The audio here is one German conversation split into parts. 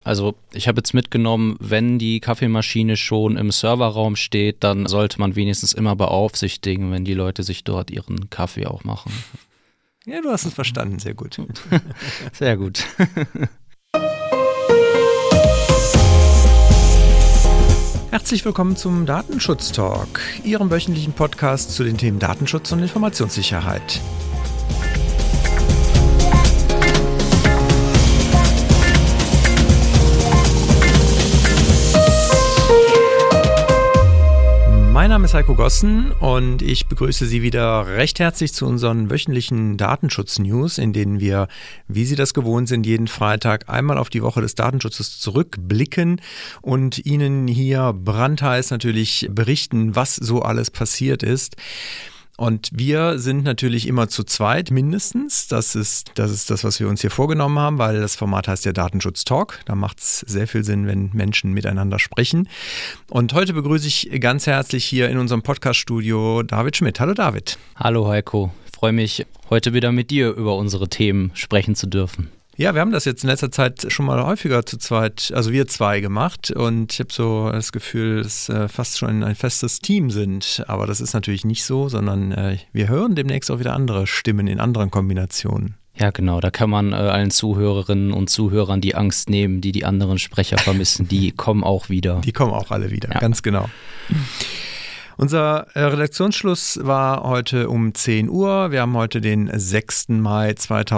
Also ich habe jetzt mitgenommen, wenn die Kaffeemaschine schon im Serverraum steht, dann sollte man wenigstens immer beaufsichtigen, wenn die Leute sich dort ihren Kaffee auch machen. Ja, du hast es verstanden, sehr gut. Sehr gut. Herzlich willkommen zum Datenschutz-Talk, Ihrem wöchentlichen Podcast zu den Themen Datenschutz und Informationssicherheit. Mein Name ist Heiko Gossen und ich begrüße Sie wieder recht herzlich zu unseren wöchentlichen Datenschutz-News, in denen wir, wie Sie das gewohnt sind, jeden Freitag einmal auf die Woche des Datenschutzes zurückblicken und Ihnen hier brandheiß natürlich berichten, was so alles passiert ist. Und wir sind natürlich immer zu zweit mindestens. Das ist das, was wir uns hier vorgenommen haben, weil das Format heißt ja Datenschutz-Talk. Da macht es sehr viel Sinn, wenn Menschen miteinander sprechen. Und heute begrüße ich ganz herzlich hier in unserem Podcast-Studio David Schmidt. Hallo David. Hallo Heiko, ich freue mich, heute wieder mit dir über unsere Themen sprechen zu dürfen. Ja, wir haben das jetzt in letzter Zeit schon mal häufiger zu zweit, also wir zwei gemacht und ich habe so das Gefühl, dass fast schon ein festes Team sind, aber das ist natürlich nicht so, sondern wir hören demnächst auch wieder andere Stimmen in anderen Kombinationen. Ja genau, da kann man allen Zuhörerinnen und Zuhörern die Angst nehmen, die anderen Sprecher vermissen, die kommen auch wieder. Die kommen auch alle wieder, ja. Ganz genau. Unser Redaktionsschluss war heute um 10 Uhr. Wir haben heute den 6. Mai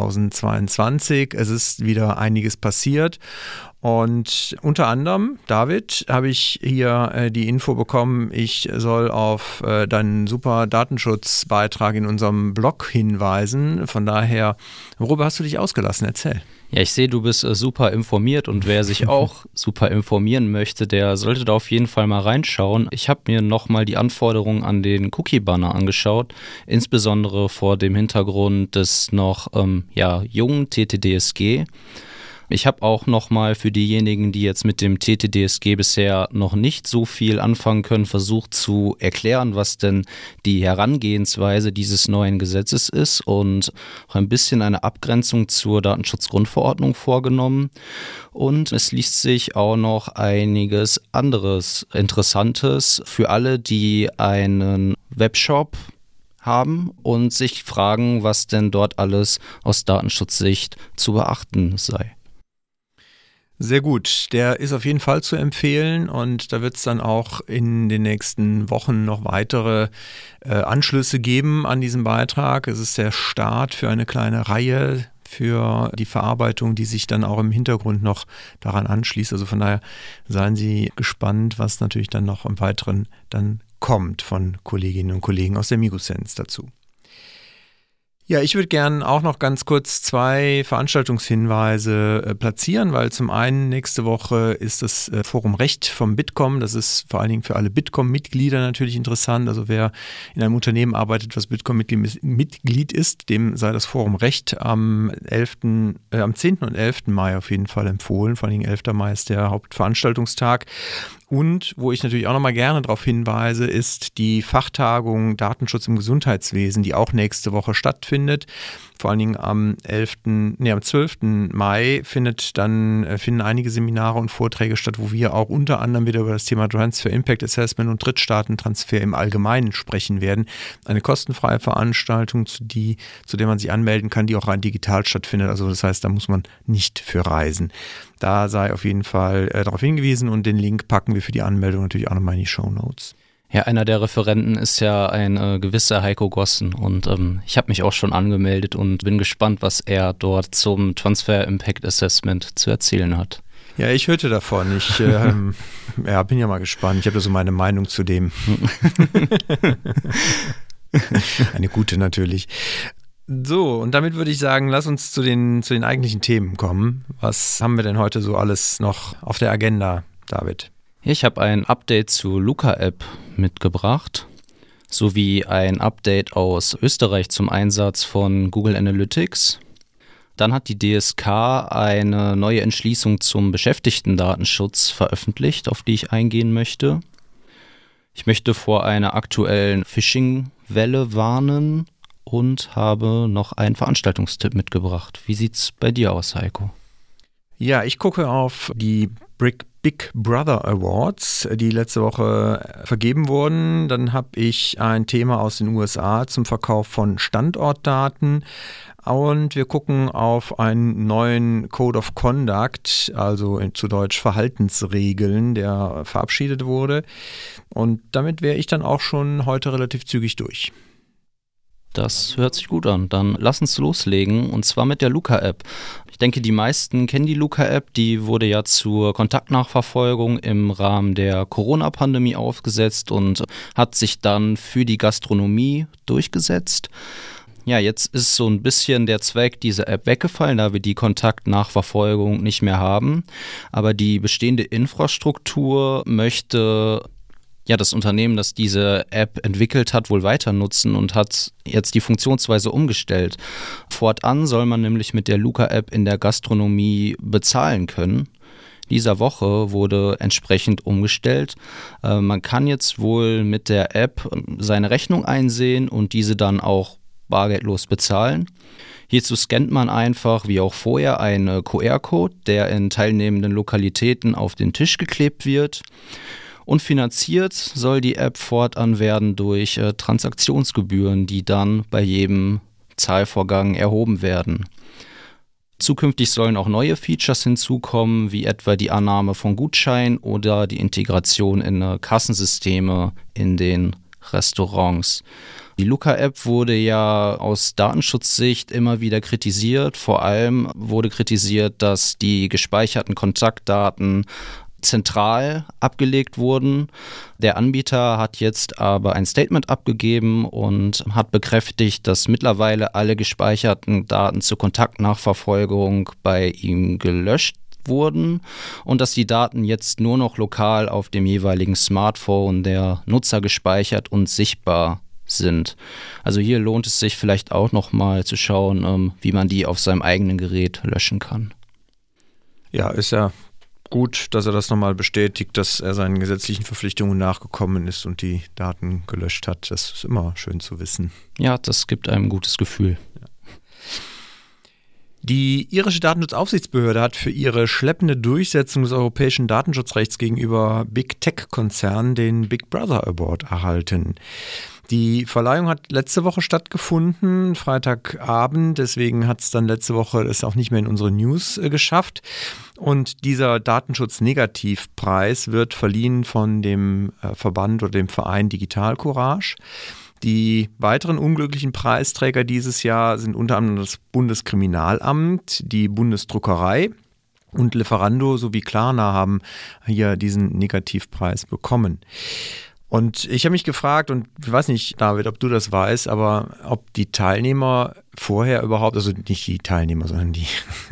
2022. Es ist wieder einiges passiert. Und unter anderem, David, habe ich hier die Info bekommen, ich soll auf deinen super Datenschutzbeitrag in unserem Blog hinweisen. Von daher, worüber hast du dich ausgelassen? Erzähl. Ja, ich sehe, du bist super informiert und wer sich auch super informieren möchte, der sollte da auf jeden Fall mal reinschauen. Ich habe mir nochmal die Anforderungen an den Cookie-Banner angeschaut, insbesondere vor dem Hintergrund des noch jungen TTDSG. Ich habe auch nochmal für diejenigen, die jetzt mit dem TTDSG bisher noch nicht so viel anfangen können, versucht zu erklären, was denn die Herangehensweise dieses neuen Gesetzes ist und auch ein bisschen eine Abgrenzung zur Datenschutzgrundverordnung vorgenommen. Und es liest sich auch noch einiges anderes Interessantes für alle, die einen Webshop haben und sich fragen, was denn dort alles aus Datenschutzsicht zu beachten sei. Sehr gut, der ist auf jeden Fall zu empfehlen und da wird es dann auch in den nächsten Wochen noch weitere Anschlüsse geben an diesem Beitrag. Es ist der Start für eine kleine Reihe für die Verarbeitung, die sich dann auch im Hintergrund noch daran anschließt. Also von daher seien Sie gespannt, was natürlich dann noch im Weiteren dann kommt von Kolleginnen und Kollegen aus der Migosense dazu. Ja, ich würde gerne auch noch ganz kurz 2 Veranstaltungshinweise platzieren, weil zum einen nächste Woche ist das Forum Recht vom Bitkom. Das ist vor allen Dingen für alle Bitkom-Mitglieder natürlich interessant. Also wer in einem Unternehmen arbeitet, was Bitkom-Mitglied ist, dem sei das Forum Recht am 10. und 11. Mai auf jeden Fall empfohlen. Vor allen Dingen 11. Mai ist der Hauptveranstaltungstag. Und wo ich natürlich auch nochmal gerne darauf hinweise, ist die Fachtagung Datenschutz im Gesundheitswesen, die auch nächste Woche stattfindet. Vor allen Dingen am 12. Mai finden einige Seminare und Vorträge statt, wo wir auch unter anderem wieder über das Thema Transfer Impact Assessment und Drittstaatentransfer im Allgemeinen sprechen werden. Eine kostenfreie Veranstaltung, zu der man sich anmelden kann, die auch rein digital stattfindet. Also das heißt, da muss man nicht für reisen. Da sei auf jeden Fall darauf hingewiesen und den Link packen wir für die Anmeldung natürlich auch nochmal in die Shownotes. Ja, einer der Referenten ist ja ein gewisser Heiko Gossen und ich habe mich auch schon angemeldet und bin gespannt, was er dort zum Transfer Impact Assessment zu erzählen hat. Ja, ich hörte davon. Ich bin ja mal gespannt. Ich habe da so meine Meinung zu dem. Eine gute natürlich. So, und damit würde ich sagen, lass uns zu den eigentlichen Themen kommen. Was haben wir denn heute so alles noch auf der Agenda, David? Ich habe ein Update zu Luca-App mitgebracht, sowie ein Update aus Österreich zum Einsatz von Google Analytics. Dann hat die DSK eine neue Entschließung zum Beschäftigtendatenschutz veröffentlicht, auf die ich eingehen möchte. Ich möchte vor einer aktuellen Phishing-Welle warnen und habe noch einen Veranstaltungstipp mitgebracht. Wie sieht's bei dir aus, Heiko? Ja, ich gucke auf die Big Brother Awards, die letzte Woche vergeben wurden. Dann habe ich ein Thema aus den USA zum Verkauf von Standortdaten. Und wir gucken auf einen neuen Code of Conduct, also zu Deutsch Verhaltensregeln, der verabschiedet wurde. Und damit wäre ich dann auch schon heute relativ zügig durch. Das hört sich gut an. Dann lass uns loslegen, und zwar mit der Luca-App. Ich denke, die meisten kennen die Luca-App. Die wurde ja zur Kontaktnachverfolgung im Rahmen der Corona-Pandemie aufgesetzt und hat sich dann für die Gastronomie durchgesetzt. Ja, jetzt ist so ein bisschen der Zweck dieser App weggefallen, da wir die Kontaktnachverfolgung nicht mehr haben. Aber die bestehende Infrastruktur möchte das Unternehmen, das diese App entwickelt hat, wohl weiter nutzen und hat jetzt die Funktionsweise umgestellt. Fortan soll man nämlich mit der Luca-App in der Gastronomie bezahlen können. Dieser Woche wurde entsprechend umgestellt. Man kann jetzt wohl mit der App seine Rechnung einsehen und diese dann auch bargeldlos bezahlen. Hierzu scannt man einfach, wie auch vorher, einen QR-Code, der in teilnehmenden Lokalitäten auf den Tisch geklebt wird. Und finanziert soll die App fortan werden durch Transaktionsgebühren, die dann bei jedem Zahlvorgang erhoben werden. Zukünftig sollen auch neue Features hinzukommen, wie etwa die Annahme von Gutscheinen oder die Integration in Kassensysteme in den Restaurants. Die Luca-App wurde ja aus Datenschutzsicht immer wieder kritisiert. Vor allem wurde kritisiert, dass die gespeicherten Kontaktdaten zentral abgelegt wurden. Der Anbieter hat jetzt aber ein Statement abgegeben und hat bekräftigt, dass mittlerweile alle gespeicherten Daten zur Kontaktnachverfolgung bei ihm gelöscht wurden und dass die Daten jetzt nur noch lokal auf dem jeweiligen Smartphone der Nutzer gespeichert und sichtbar sind. Also hier lohnt es sich vielleicht auch nochmal zu schauen, wie man die auf seinem eigenen Gerät löschen kann. Ja, ist ja gut, dass er das nochmal bestätigt, dass er seinen gesetzlichen Verpflichtungen nachgekommen ist und die Daten gelöscht hat. Das ist immer schön zu wissen. Ja, das gibt einem ein gutes Gefühl. Ja. Die irische Datenschutzaufsichtsbehörde hat für ihre schleppende Durchsetzung des europäischen Datenschutzrechts gegenüber Big Tech-Konzernen den Big Brother Award erhalten. Die Verleihung hat letzte Woche stattgefunden, Freitagabend, deswegen hat es dann letzte Woche es auch nicht mehr in unsere News geschafft. Und dieser Datenschutz-Negativpreis wird verliehen von dem Verband oder dem Verein Digital Courage. Die weiteren unglücklichen Preisträger dieses Jahr sind unter anderem das Bundeskriminalamt, die Bundesdruckerei und Lieferando sowie Klarna haben hier diesen Negativpreis bekommen. Und ich habe mich gefragt, und ich weiß nicht, David, ob du das weißt, aber ob die Teilnehmer vorher überhaupt, also nicht die Teilnehmer, sondern die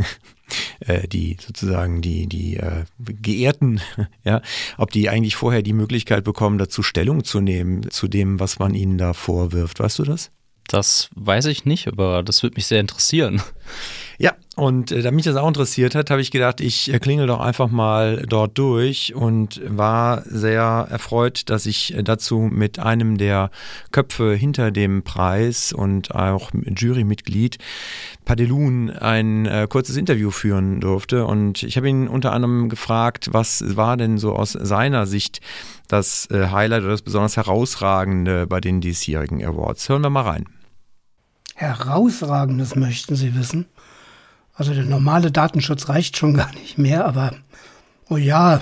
sozusagen die Geehrten, ja, ob die eigentlich vorher die Möglichkeit bekommen, dazu Stellung zu nehmen, zu dem, was man ihnen da vorwirft. Weißt du das? Das weiß ich nicht, aber das würde mich sehr interessieren. Ja, und da mich das auch interessiert hat, habe ich gedacht, ich klingel doch einfach mal dort durch und war sehr erfreut, dass ich dazu mit einem der Köpfe hinter dem Preis und auch Jurymitglied Padelun ein kurzes Interview führen durfte. Und ich habe ihn unter anderem gefragt, was war denn so aus seiner Sicht das Highlight oder das besonders Herausragende bei den diesjährigen Awards. Hören wir mal rein. Herausragendes möchten Sie wissen? Also der normale Datenschutz reicht schon gar nicht mehr, aber oh ja,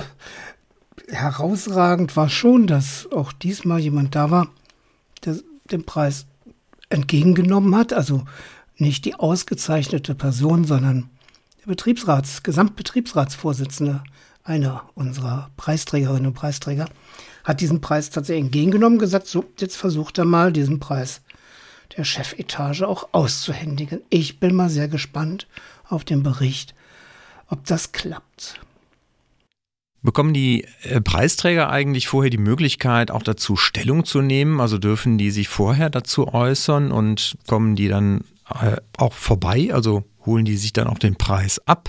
herausragend war schon, dass auch diesmal jemand da war, der den Preis entgegengenommen hat. Also nicht die ausgezeichnete Person, sondern der Gesamtbetriebsratsvorsitzende, einer unserer Preisträgerinnen und Preisträger, hat diesen Preis tatsächlich entgegengenommen und gesagt, so, jetzt versucht er mal, diesen Preis der Chefetage auch auszuhändigen. Ich bin mal sehr gespannt auf den Bericht, ob das klappt. Bekommen die Preisträger eigentlich vorher die Möglichkeit, auch dazu Stellung zu nehmen? Also dürfen die sich vorher dazu äußern und kommen die dann auch vorbei? Also holen die sich dann auch den Preis ab?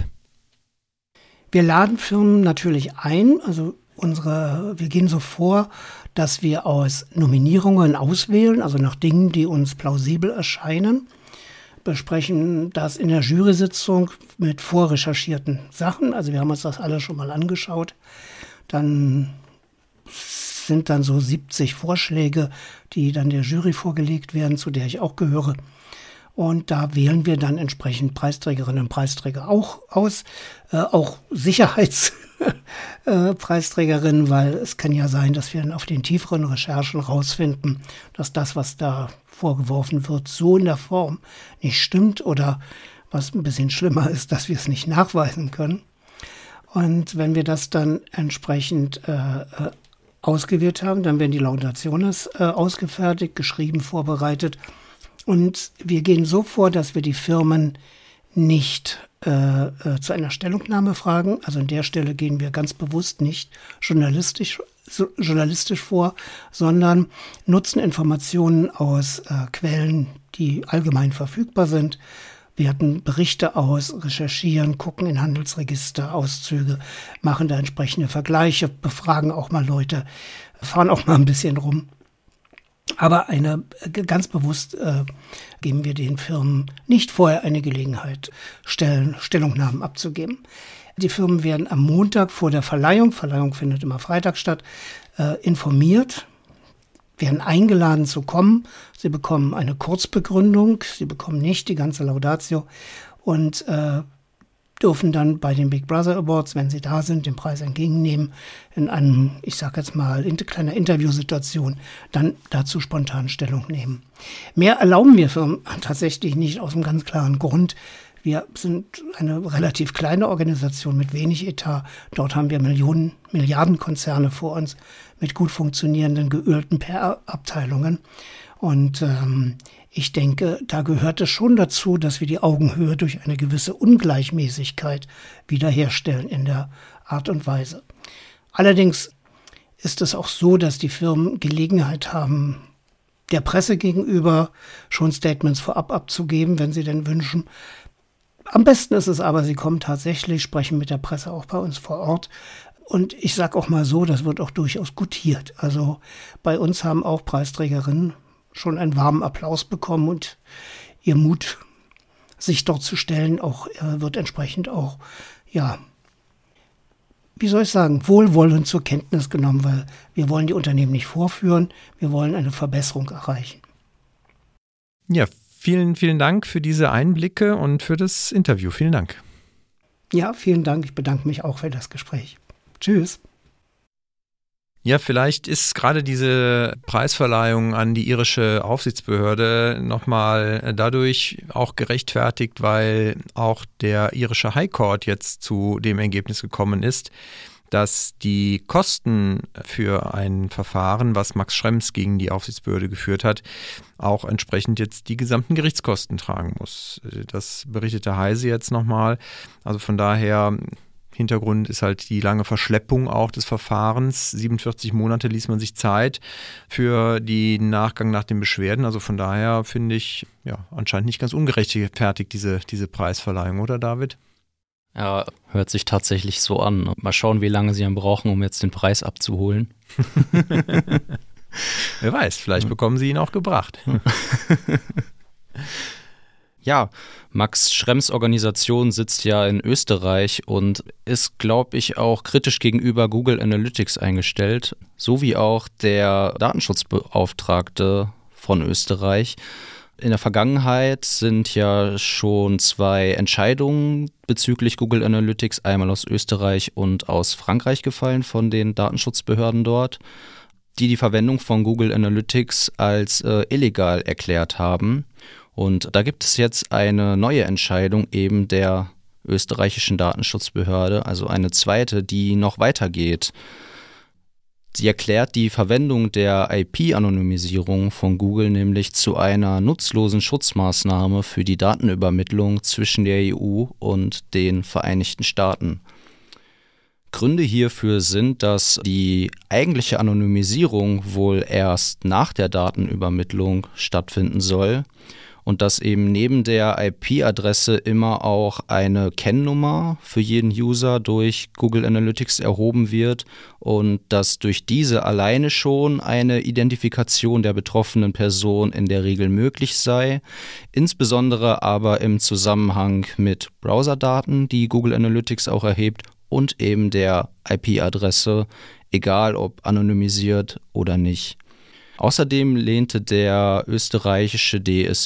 Wir laden Firmen natürlich ein. Also wir gehen so vor, dass wir aus Nominierungen auswählen, also nach Dingen, die uns plausibel erscheinen. besprechen das in der Jury-Sitzung mit vorrecherchierten Sachen. Also wir haben uns das alles schon mal angeschaut. Dann sind dann so 70 Vorschläge, die dann der Jury vorgelegt werden, zu der ich auch gehöre. Und da wählen wir dann entsprechend Preisträgerinnen und Preisträger auch aus, auch Sicherheitspreisträgerinnen, weil es kann ja sein, dass wir dann auf den tieferen Recherchen rausfinden, dass das, was da vorgeworfen wird, so in der Form nicht stimmt oder was ein bisschen schlimmer ist, dass wir es nicht nachweisen können. Und wenn wir das dann entsprechend ausgewählt haben, dann werden die Laudationes ausgefertigt, geschrieben, vorbereitet. Und wir gehen so vor, dass wir die Firmen nicht zu einer Stellungnahme fragen. Also an der Stelle gehen wir ganz bewusst nicht journalistisch vor, sondern nutzen Informationen aus Quellen, die allgemein verfügbar sind. Werten Berichte aus, recherchieren, gucken in Handelsregister, Auszüge, machen da entsprechende Vergleiche, befragen auch mal Leute, fahren auch mal ein bisschen rum. Aber ganz bewusst geben wir den Firmen nicht vorher eine Gelegenheit, Stellungnahmen abzugeben. Die Firmen werden am Montag vor der Verleihung findet immer Freitag statt, informiert, werden eingeladen zu kommen. Sie bekommen eine Kurzbegründung, sie bekommen nicht die ganze Laudatio und dürfen dann bei den Big Brother Awards, wenn sie da sind, den Preis entgegennehmen, in einem, ich sage jetzt mal, kleiner Interviewsituation, dann dazu spontan Stellung nehmen. Mehr erlauben wir Firmen tatsächlich nicht, aus einem ganz klaren Grund. Wir sind eine relativ kleine Organisation mit wenig Etat. Dort haben wir Milliardenkonzerne vor uns mit gut funktionierenden, geölten PR-Abteilungen. Und ich denke, da gehört es schon dazu, dass wir die Augenhöhe durch eine gewisse Ungleichmäßigkeit wiederherstellen in der Art und Weise. Allerdings ist es auch so, dass die Firmen Gelegenheit haben, der Presse gegenüber schon Statements vorab abzugeben, wenn sie denn wünschen. Am besten ist es aber, sie kommen tatsächlich, sprechen mit der Presse auch bei uns vor Ort. Und ich sage auch mal so, das wird auch durchaus gutiert. Also bei uns haben auch Preisträgerinnen schon einen warmen Applaus bekommen und ihr Mut, sich dort zu stellen, auch wird entsprechend auch, ja, wie soll ich sagen, wohlwollend zur Kenntnis genommen, weil wir wollen die Unternehmen nicht vorführen, wir wollen eine Verbesserung erreichen. Ja, vielen, vielen Dank für diese Einblicke und für das Interview. Vielen Dank. Ja, vielen Dank. Ich bedanke mich auch für das Gespräch. Tschüss. Ja, vielleicht ist gerade diese Preisverleihung an die irische Aufsichtsbehörde nochmal dadurch auch gerechtfertigt, weil auch der irische High Court jetzt zu dem Ergebnis gekommen ist, dass die Kosten für ein Verfahren, was Max Schrems gegen die Aufsichtsbehörde geführt hat, auch entsprechend jetzt die gesamten Gerichtskosten tragen muss. Das berichtete Heise jetzt nochmal. Also von daher, Hintergrund ist halt die lange Verschleppung auch des Verfahrens. 47 Monate ließ man sich Zeit für den Nachgang nach den Beschwerden. Also von daher finde ich, ja, anscheinend nicht ganz ungerechtfertigt diese Preisverleihung, oder David? Ja, hört sich tatsächlich so an. Mal schauen, wie lange sie dann brauchen, um jetzt den Preis abzuholen. Wer weiß, vielleicht bekommen sie ihn auch gebracht. Ja, Max Schrems Organisation sitzt ja in Österreich und ist, glaube ich, auch kritisch gegenüber Google Analytics eingestellt, so wie auch der Datenschutzbeauftragte von Österreich. In der Vergangenheit sind ja schon 2 Entscheidungen bezüglich Google Analytics, einmal aus Österreich und aus Frankreich gefallen von den Datenschutzbehörden dort, die Verwendung von Google Analytics als illegal erklärt haben. Und da gibt es jetzt eine neue Entscheidung eben der österreichischen Datenschutzbehörde, also eine zweite, die noch weitergeht. Sie erklärt die Verwendung der IP-Anonymisierung von Google nämlich zu einer nutzlosen Schutzmaßnahme für die Datenübermittlung zwischen der EU und den Vereinigten Staaten. Gründe hierfür sind, dass die eigentliche Anonymisierung wohl erst nach der Datenübermittlung stattfinden soll und dass eben neben der IP-Adresse immer auch eine Kennnummer für jeden User durch Google Analytics erhoben wird und dass durch diese alleine schon eine Identifikation der betroffenen Person in der Regel möglich sei, insbesondere aber im Zusammenhang mit Browserdaten, die Google Analytics auch erhebt, und eben der IP-Adresse, egal ob anonymisiert oder nicht. Außerdem lehnte der österreichische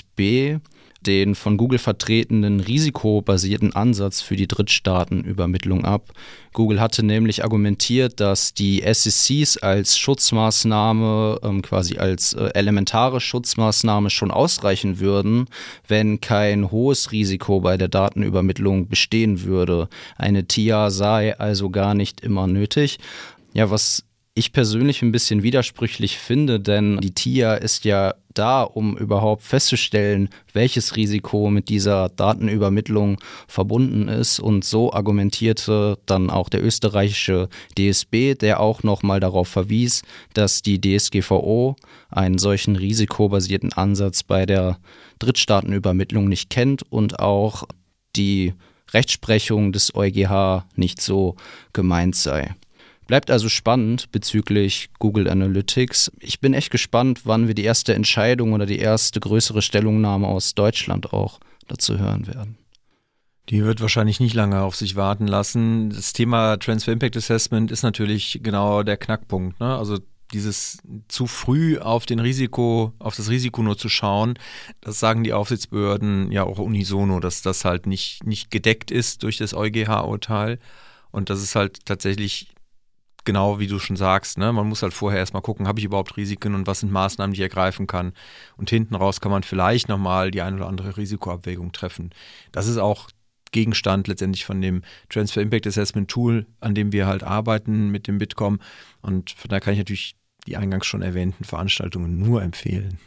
DSB den von Google vertretenen risikobasierten Ansatz für die Drittstaatenübermittlung ab. Google hatte nämlich argumentiert, dass die SECs als Schutzmaßnahme, quasi als elementare Schutzmaßnahme schon ausreichen würden, wenn kein hohes Risiko bei der Datenübermittlung bestehen würde. Eine TIA sei also gar nicht immer nötig. Ja, was ich persönlich ein bisschen widersprüchlich finde, denn die TIA ist ja da, um überhaupt festzustellen, welches Risiko mit dieser Datenübermittlung verbunden ist. Und so argumentierte dann auch der österreichische DSB, der auch nochmal darauf verwies, dass die DSGVO einen solchen risikobasierten Ansatz bei der Drittstaatenübermittlung nicht kennt und auch die Rechtsprechung des EuGH nicht so gemeint sei. Bleibt also spannend bezüglich Google Analytics. Ich bin echt gespannt, wann wir die erste Entscheidung oder die erste größere Stellungnahme aus Deutschland auch dazu hören werden. Die wird wahrscheinlich nicht lange auf sich warten lassen. Das Thema Transfer Impact Assessment ist natürlich genau der Knackpunkt, ne? Also dieses zu früh auf das Risiko nur zu schauen, das sagen die Aufsichtsbehörden ja auch unisono, dass das halt nicht gedeckt ist durch das EuGH-Urteil und das ist halt tatsächlich genau wie du schon sagst, ne? Man muss halt vorher erstmal gucken, habe ich überhaupt Risiken und was sind Maßnahmen, die ich ergreifen kann. Und hinten raus kann man vielleicht nochmal die ein oder andere Risikoabwägung treffen. Das ist auch Gegenstand letztendlich von dem Transfer Impact Assessment Tool, an dem wir halt arbeiten mit dem Bitkom. Und von daher kann ich natürlich die eingangs schon erwähnten Veranstaltungen nur empfehlen.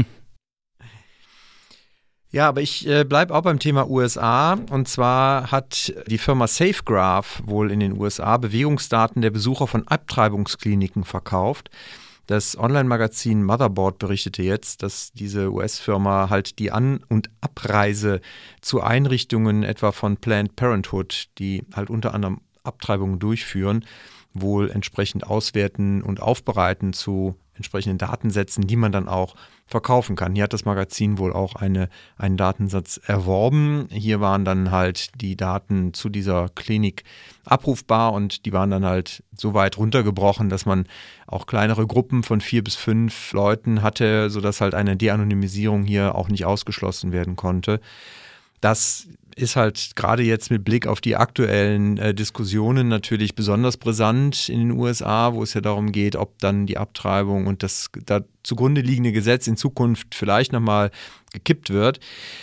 Ja, aber ich bleibe auch beim Thema USA und zwar hat die Firma SafeGraph wohl in den USA Bewegungsdaten der Besucher von Abtreibungskliniken verkauft. Das Online-Magazin Motherboard berichtete jetzt, dass diese US-Firma halt die An- und Abreise zu Einrichtungen etwa von Planned Parenthood, die halt unter anderem Abtreibungen durchführen, wohl entsprechend auswerten und aufbereiten zu entsprechenden Datensätzen, die man dann auch verkaufen kann. Hier hat das Magazin wohl auch einen Datensatz erworben. Hier waren dann halt die Daten zu dieser Klinik abrufbar und die waren dann halt so weit runtergebrochen, dass man auch kleinere Gruppen von 4 bis 5 Leuten hatte, sodass halt eine De-Anonymisierung hier auch nicht ausgeschlossen werden konnte. Das ist halt gerade jetzt mit Blick auf die aktuellen Diskussionen natürlich besonders brisant in den USA, wo es ja darum geht, ob dann die Abtreibung und das da zugrunde liegende Gesetz in Zukunft vielleicht nochmal gekippt wird.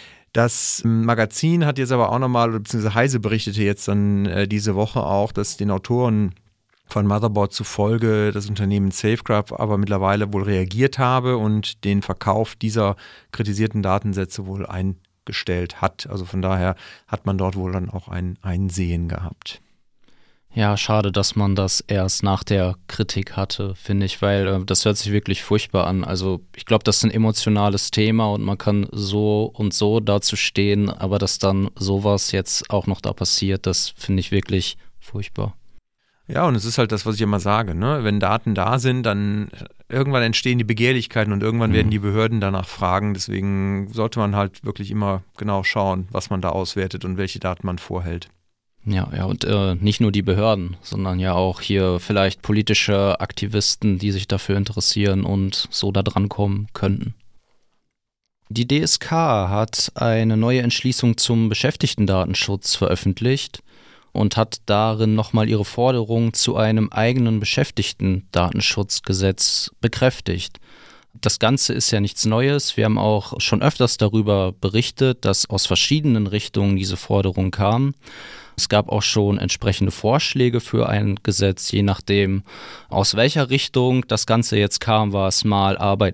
Das Magazin hat jetzt aber auch nochmal, beziehungsweise Heise berichtete jetzt dann diese Woche auch, dass den Autoren von Motherboard zufolge das Unternehmen SafeGraph aber mittlerweile wohl reagiert habe und den Verkauf dieser kritisierten Datensätze wohl eingestellt hat. Also von daher hat man dort wohl dann auch ein Einsehen gehabt. Ja, schade, dass man das erst nach der Kritik hatte, finde ich, weil das hört sich wirklich furchtbar an. Also ich glaube, das ist ein emotionales Thema und man kann so und so dazu stehen, aber dass dann sowas jetzt auch noch da passiert, das finde ich wirklich furchtbar. Ja, und es ist halt das, was ich immer sage, ne? Wenn Daten da sind, dann irgendwann entstehen die Begehrlichkeiten und irgendwann werden die Behörden danach fragen. Deswegen sollte man halt wirklich immer genau schauen, was man da auswertet und welche Daten man vorhält. Ja, und nicht nur die Behörden, sondern ja auch hier vielleicht politische Aktivisten, die sich dafür interessieren und so da dran kommen könnten. Die DSK hat eine neue Entschließung zum Beschäftigtendatenschutz veröffentlicht und hat darin nochmal ihre Forderung zu einem eigenen Beschäftigtendatenschutzgesetz bekräftigt. Das Ganze ist ja nichts Neues. Wir haben auch schon öfters darüber berichtet, dass aus verschiedenen Richtungen diese Forderung kam. Es gab auch schon entsprechende Vorschläge für ein Gesetz, je nachdem, aus welcher Richtung das Ganze jetzt kam, war es mal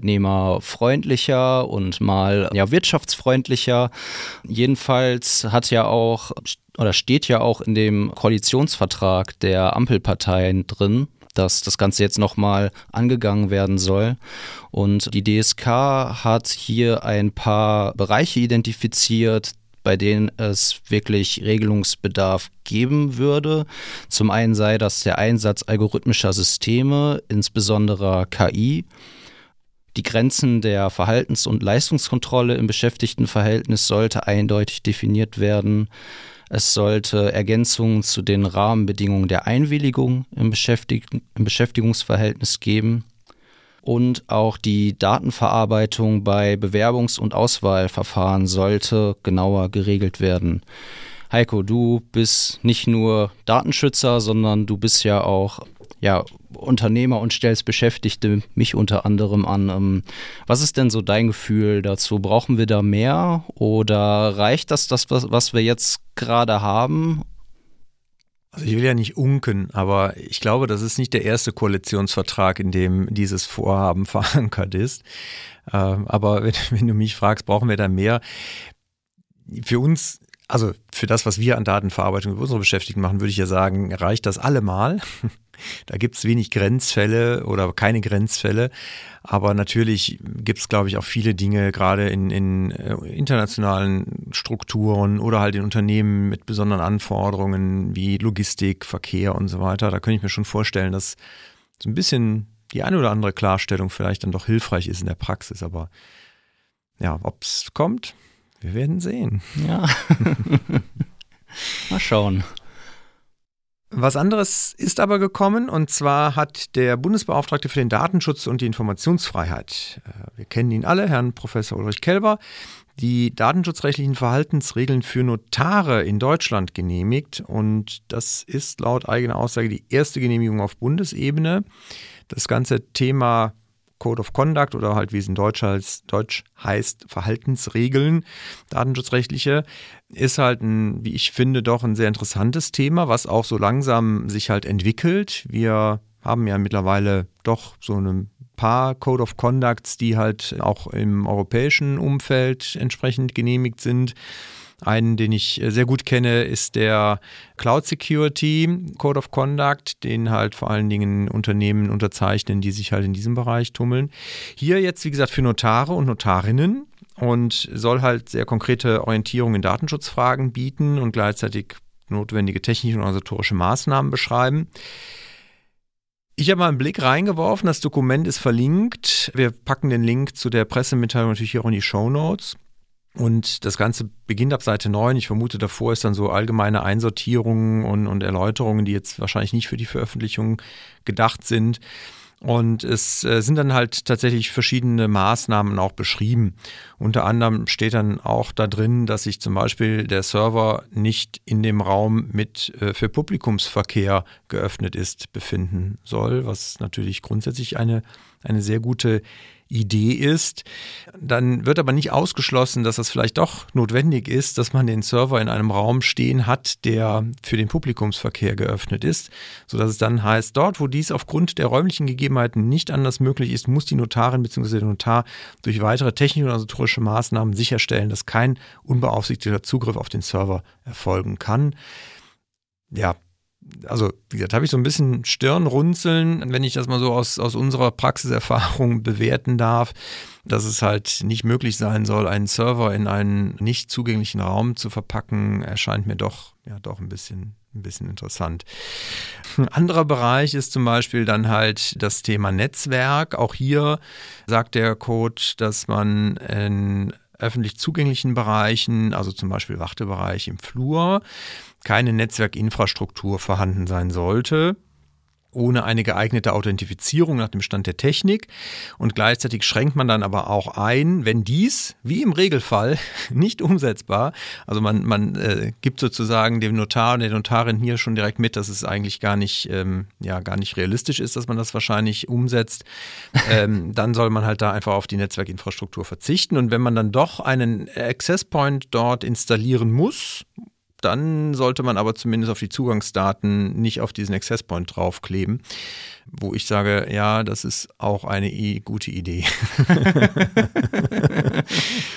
arbeitnehmerfreundlicher und mal wirtschaftsfreundlicher. Jedenfalls hat ja auch oder steht ja auch in dem Koalitionsvertrag der Ampelparteien drin, dass das Ganze jetzt nochmal angegangen werden soll. Und die DSK hat hier ein paar Bereiche identifiziert, bei denen es wirklich Regelungsbedarf geben würde. Zum einen sei das der Einsatz algorithmischer Systeme, insbesondere KI. Die Grenzen der Verhaltens- und Leistungskontrolle im Beschäftigtenverhältnis sollte eindeutig definiert werden. Es sollte Ergänzungen zu den Rahmenbedingungen der Einwilligung im Beschäftigungsverhältnis geben. Und auch die Datenverarbeitung bei Bewerbungs- und Auswahlverfahren sollte genauer geregelt werden. Heiko, du bist nicht nur Datenschützer, sondern du bist ja auch Unternehmer und stellst Beschäftigte, mich unter anderem an. Was ist denn so dein Gefühl dazu? Brauchen wir da mehr oder reicht das, was wir jetzt gerade haben? Also ich will ja nicht unken, aber ich glaube, das ist nicht der erste Koalitionsvertrag, in dem dieses Vorhaben verankert ist. Aber wenn du mich fragst, brauchen wir da mehr? Für uns, also für das, was wir an Datenverarbeitung für unsere Beschäftigten machen, würde ich ja sagen, reicht das allemal. Da gibt es wenig Grenzfälle oder keine Grenzfälle. Aber natürlich gibt es, glaube ich, auch viele Dinge, gerade in internationalen Strukturen oder halt in Unternehmen mit besonderen Anforderungen wie Logistik, Verkehr und so weiter. Da könnte ich mir schon vorstellen, dass so ein bisschen die eine oder andere Klarstellung vielleicht dann doch hilfreich ist in der Praxis. Aber ja, ob es kommt, wir werden sehen. Ja, mal schauen. Was anderes ist aber gekommen, und zwar hat der Bundesbeauftragte für den Datenschutz und die Informationsfreiheit, wir kennen ihn alle, Herrn Professor Ulrich Kelber, die datenschutzrechtlichen Verhaltensregeln für Notare in Deutschland genehmigt. Und das ist laut eigener Aussage die erste Genehmigung auf Bundesebene. Das ganze Thema Code of Conduct oder halt wie es in Deutsch heißt, Verhaltensregeln, datenschutzrechtliche, ist halt wie ich finde, doch ein sehr interessantes Thema, was auch so langsam sich halt entwickelt. Wir haben ja mittlerweile doch so ein paar Code of Conducts, die halt auch im europäischen Umfeld entsprechend genehmigt sind. Einen, den ich sehr gut kenne, ist der Cloud Security Code of Conduct, den halt vor allen Dingen Unternehmen unterzeichnen, die sich halt in diesem Bereich tummeln. Hier jetzt, wie gesagt, für Notare und Notarinnen und soll halt sehr konkrete Orientierung in Datenschutzfragen bieten und gleichzeitig notwendige technische und organisatorische Maßnahmen beschreiben. Ich habe mal einen Blick reingeworfen, das Dokument ist verlinkt. Wir packen den Link zu der Pressemitteilung natürlich hier auch in die Shownotes. Und das Ganze beginnt ab Seite 9. Ich vermute, davor ist dann so allgemeine Einsortierungen und Erläuterungen, die jetzt wahrscheinlich nicht für die Veröffentlichung gedacht sind. Und es sind dann halt tatsächlich verschiedene Maßnahmen auch beschrieben. Unter anderem steht dann auch da drin, dass sich zum Beispiel der Server nicht in dem Raum für Publikumsverkehr geöffnet ist, befinden soll, was natürlich grundsätzlich eine sehr gute Idee ist. Dann wird aber nicht ausgeschlossen, dass es vielleicht doch notwendig ist, dass man den Server in einem Raum stehen hat, der für den Publikumsverkehr geöffnet ist, sodass es dann heißt, dort, wo dies aufgrund der räumlichen Gegebenheiten nicht anders möglich ist, muss die Notarin bzw. der Notar durch weitere technische und organisatorische Maßnahmen sicherstellen, dass kein unbeaufsichtigter Zugriff auf den Server erfolgen kann. Ja, also wie gesagt, habe ich so ein bisschen Stirnrunzeln, wenn ich das mal so aus unserer Praxiserfahrung bewerten darf, dass es halt nicht möglich sein soll, einen Server in einen nicht zugänglichen Raum zu verpacken, erscheint mir doch ein bisschen interessant. Ein anderer Bereich ist zum Beispiel dann halt das Thema Netzwerk. Auch hier sagt der Code, dass man in öffentlich zugänglichen Bereichen, also zum Beispiel Wartebereich im Flur, keine Netzwerkinfrastruktur vorhanden sein sollte, ohne eine geeignete Authentifizierung nach dem Stand der Technik. Und gleichzeitig schränkt man dann aber auch ein, wenn dies, wie im Regelfall, nicht umsetzbar, also man gibt sozusagen dem Notar und der Notarin hier schon direkt mit, dass es eigentlich gar nicht realistisch ist, dass man das wahrscheinlich umsetzt, dann soll man halt da einfach auf die Netzwerkinfrastruktur verzichten. Und wenn man dann doch einen Access Point dort installieren muss, dann sollte man aber zumindest auf die Zugangsdaten nicht auf diesen Access Point draufkleben, wo ich sage, ja, das ist auch eine gute Idee.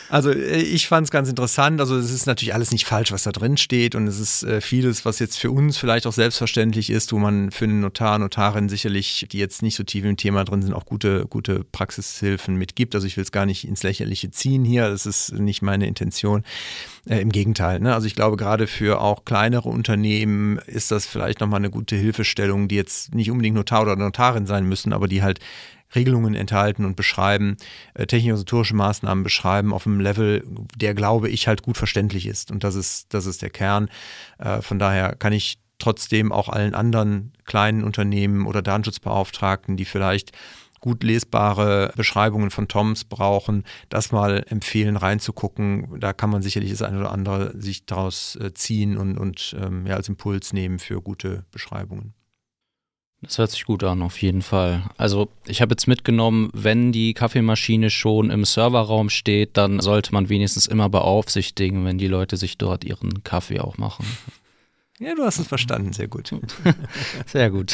Also ich fand es ganz interessant. Also es ist natürlich alles nicht falsch, was da drin steht und es ist vieles, was jetzt für uns vielleicht auch selbstverständlich ist, wo man für einen Notarin sicherlich, die jetzt nicht so tief im Thema drin sind, auch gute Praxishilfen mitgibt. Also ich will es gar nicht ins Lächerliche ziehen hier, das ist nicht meine Intention. Im Gegenteil, ne? Also ich glaube, gerade für auch kleinere Unternehmen ist das vielleicht nochmal eine gute Hilfestellung, die jetzt nicht unbedingt Notar oder Notarin sein müssen, aber die halt Regelungen enthalten und beschreiben, technisch-organisatorische Maßnahmen beschreiben auf einem Level, der, glaube ich, halt gut verständlich ist. Und das ist der Kern. Von daher kann ich trotzdem auch allen anderen kleinen Unternehmen oder Datenschutzbeauftragten, die vielleicht gut lesbare Beschreibungen von TOMs brauchen, das mal empfehlen, reinzugucken. Da kann man sicherlich das eine oder andere sich daraus ziehen und als Impuls nehmen für gute Beschreibungen. Das hört sich gut an, auf jeden Fall. Also ich habe jetzt mitgenommen, wenn die Kaffeemaschine schon im Serverraum steht, dann sollte man wenigstens immer beaufsichtigen, wenn die Leute sich dort ihren Kaffee auch machen. Ja, du hast es verstanden, sehr gut. Sehr gut.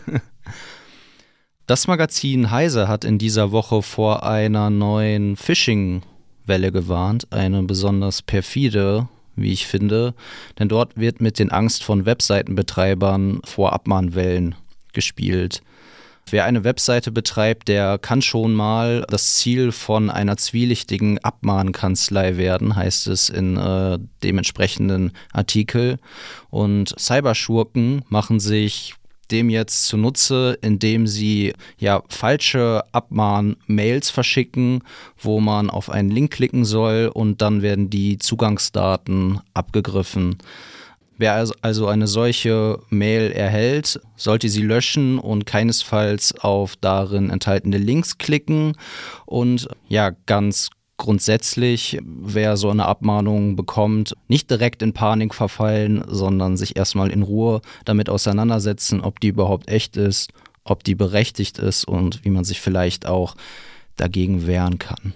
Das Magazin Heise hat in dieser Woche vor einer neuen Phishing-Welle gewarnt, eine besonders perfide, wie ich finde, denn dort wird mit den Angst von Webseitenbetreibern vor Abmahnwellen gespielt. Wer eine Webseite betreibt, der kann schon mal das Ziel von einer zwielichtigen Abmahnkanzlei werden, heißt es in dem entsprechenden Artikel. Und Cyberschurken machen sich dem jetzt zunutze, indem sie falsche Abmahn-Mails verschicken, wo man auf einen Link klicken soll und dann werden die Zugangsdaten abgegriffen. Wer also eine solche Mail erhält, sollte sie löschen und keinesfalls auf darin enthaltene Links klicken. Und ganz grundsätzlich, wer so eine Abmahnung bekommt, nicht direkt in Panik verfallen, sondern sich erstmal in Ruhe damit auseinandersetzen, ob die überhaupt echt ist, ob die berechtigt ist und wie man sich vielleicht auch dagegen wehren kann.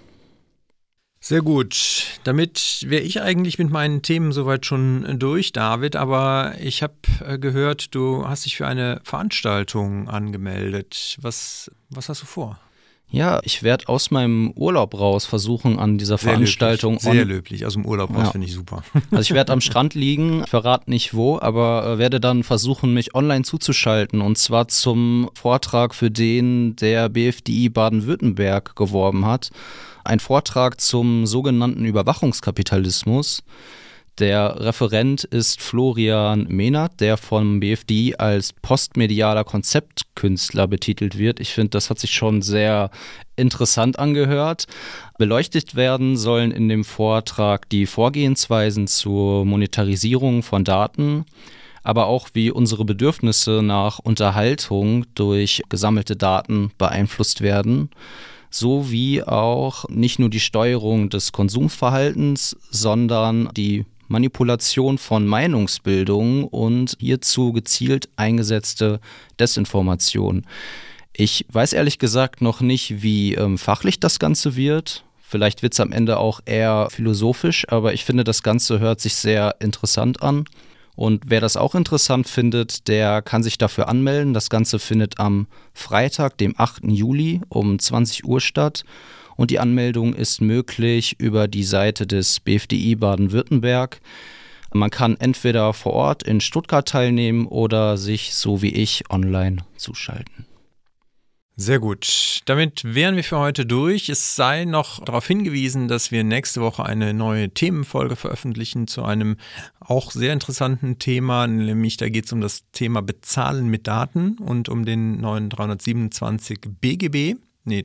Sehr gut. Damit wäre ich eigentlich mit meinen Themen soweit schon durch, David. Aber ich habe gehört, du hast dich für eine Veranstaltung angemeldet. Was hast du vor? Ja, ich werde aus meinem Urlaub raus versuchen, an dieser Veranstaltung... Sehr löblich, aus dem Urlaub raus finde ich super. Also ich werde am Strand liegen, ich verrate nicht wo, aber werde dann versuchen, mich online zuzuschalten. Und zwar zum Vortrag, für den der BFDI Baden-Württemberg geworben hat. Ein Vortrag zum sogenannten Überwachungskapitalismus. Der Referent ist Florian Mehnert, der vom BFDI als postmedialer Konzeptkünstler betitelt wird. Ich finde, das hat sich schon sehr interessant angehört. Beleuchtet werden sollen in dem Vortrag die Vorgehensweisen zur Monetarisierung von Daten, aber auch wie unsere Bedürfnisse nach Unterhaltung durch gesammelte Daten beeinflusst werden, sowie auch nicht nur die Steuerung des Konsumverhaltens, sondern die Manipulation von Meinungsbildung und hierzu gezielt eingesetzte Desinformation. Ich weiß ehrlich gesagt noch nicht, wie fachlich das Ganze wird. Vielleicht wird es am Ende auch eher philosophisch, aber ich finde, das Ganze hört sich sehr interessant an. Und wer das auch interessant findet, der kann sich dafür anmelden. Das Ganze findet am Freitag, dem 8. Juli um 20 Uhr statt. Und die Anmeldung ist möglich über die Seite des BFDI Baden-Württemberg. Man kann entweder vor Ort in Stuttgart teilnehmen oder sich, so wie ich, online zuschalten. Sehr gut. Damit wären wir für heute durch. Es sei noch darauf hingewiesen, dass wir nächste Woche eine neue Themenfolge veröffentlichen zu einem auch sehr interessanten Thema, nämlich da geht es um das Thema Bezahlen mit Daten und um den neuen 327 BGB.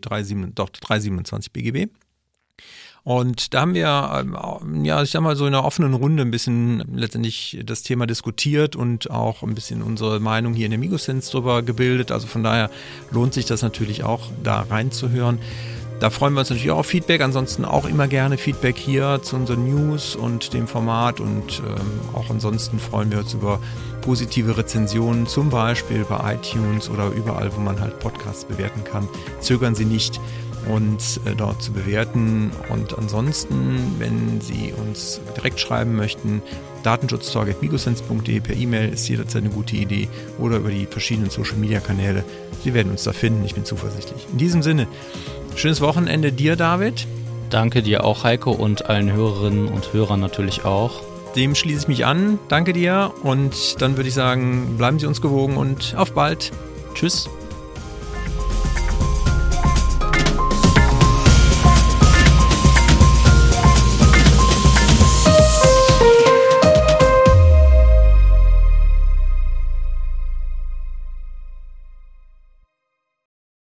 327 BGB. Und da haben wir, ich sag mal so in einer offenen Runde ein bisschen letztendlich das Thema diskutiert und auch ein bisschen unsere Meinung hier in der Migosense drüber gebildet. Also von daher lohnt sich das natürlich auch, da reinzuhören. Da freuen wir uns natürlich auch auf Feedback. Ansonsten auch immer gerne Feedback hier zu unseren News und dem Format. Und auch ansonsten freuen wir uns über positive Rezensionen, zum Beispiel bei iTunes oder überall, wo man halt Podcasts bewerten kann. Zögern Sie nicht, uns dort zu bewerten. Und ansonsten, wenn Sie uns direkt schreiben möchten, datenschutztalk@migosense.de per E-Mail ist jederzeit eine gute Idee oder über die verschiedenen Social-Media-Kanäle. Sie werden uns da finden, ich bin zuversichtlich. In diesem Sinne, schönes Wochenende dir, David. Danke dir auch, Heiko, und allen Hörerinnen und Hörern natürlich auch. Dem schließe ich mich an. Danke dir und dann würde ich sagen, bleiben Sie uns gewogen und auf bald. Tschüss.